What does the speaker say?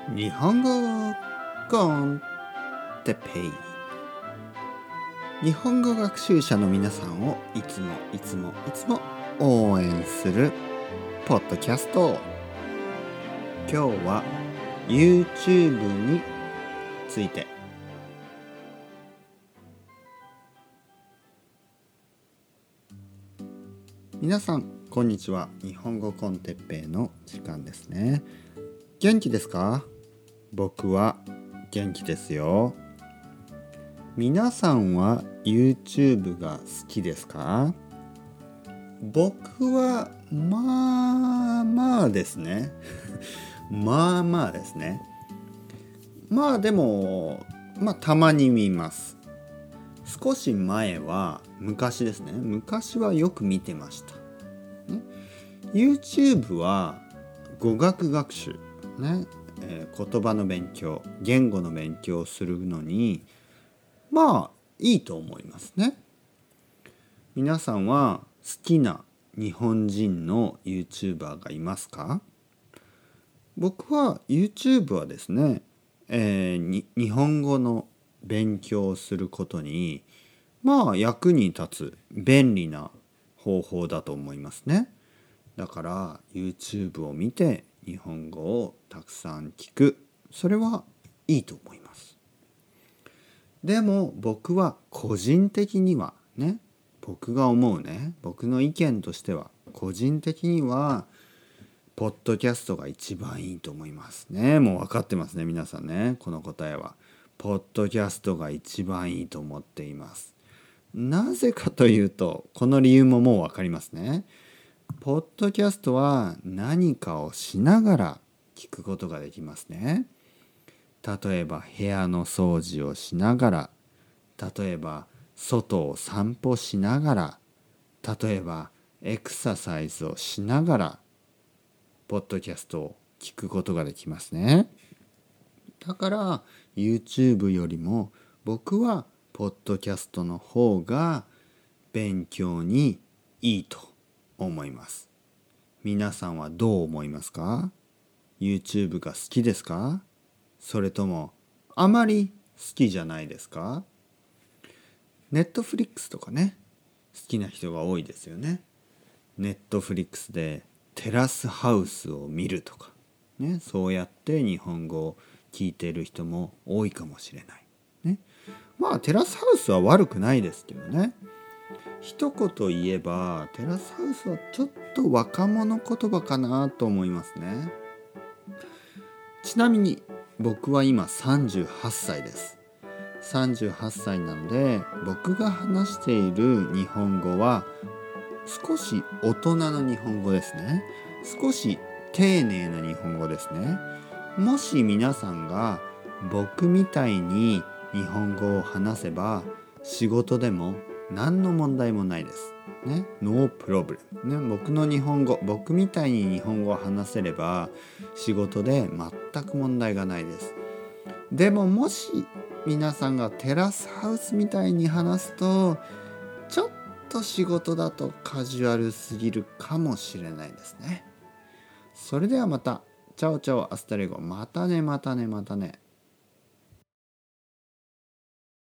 日本語コンテッペイ。日本語学習者の皆さんをいつも応援するポッドキャスト。今日は YouTube について。皆さんこんにちは。日本語コンテッペイの時間ですね。元気ですか？僕は元気ですよ。皆さんは YouTube が好きですか？僕はまあですねまあですね。でもたまに見ます。少し前は昔ですね。昔はよく見てました。YouTube は語学学習ね、言葉の勉強、言語の勉強をするのにいいと思いますね。皆さんは好きな日本人の YouTuber がいますか？僕は YouTube はですね、日本語の勉強をすることに役に立つ便利な方法だと思いますね。だから YouTube を見て日本語をたくさん聞く、それはいいと思います。でも僕は個人的にはね、僕が思うね、僕の意見としては個人的にはポッドキャストが一番いいと思いますね。もう分かってますね皆さんね。この答えはポッドキャストが一番いいと思っています。なぜかというと、この理由ももう分かりますね。ポッドキャストは何かをしながら聞くことができますね。例えば部屋の掃除をしながら、例えば外を散歩しながら、例えばエクササイズをしながらポッドキャストを聞くことができますね。だから YouTube よりも僕はポッドキャストの方が勉強にいいと思います。皆さんはどう思いますか？ YouTube が好きですか？それともあまり好きじゃないですか？ Netflix とかね、好きな人が多いですよね。Netflix でテラスハウスを見るとかね、そうやって日本語を聞いている人も多いかもしれないね。テラスハウスは悪くないですけどね。一言言えばテラスハウスはちょっと若者言葉かなと思いますね。ちなみに僕は今38歳です。38歳なので僕が話している日本語は少し大人の日本語ですね。少し丁寧な日本語ですね。もし皆さんが僕みたいに日本語を話せば仕事でも何の問題もないですね。ノープロブレムね。僕みたいに日本語を話せれば仕事で全く問題がないです。でももし皆さんがテラスハウスみたいに話すとちょっと仕事だとカジュアルすぎるかもしれないですね。それではまた。チャオチャオアスタレゴ。またね。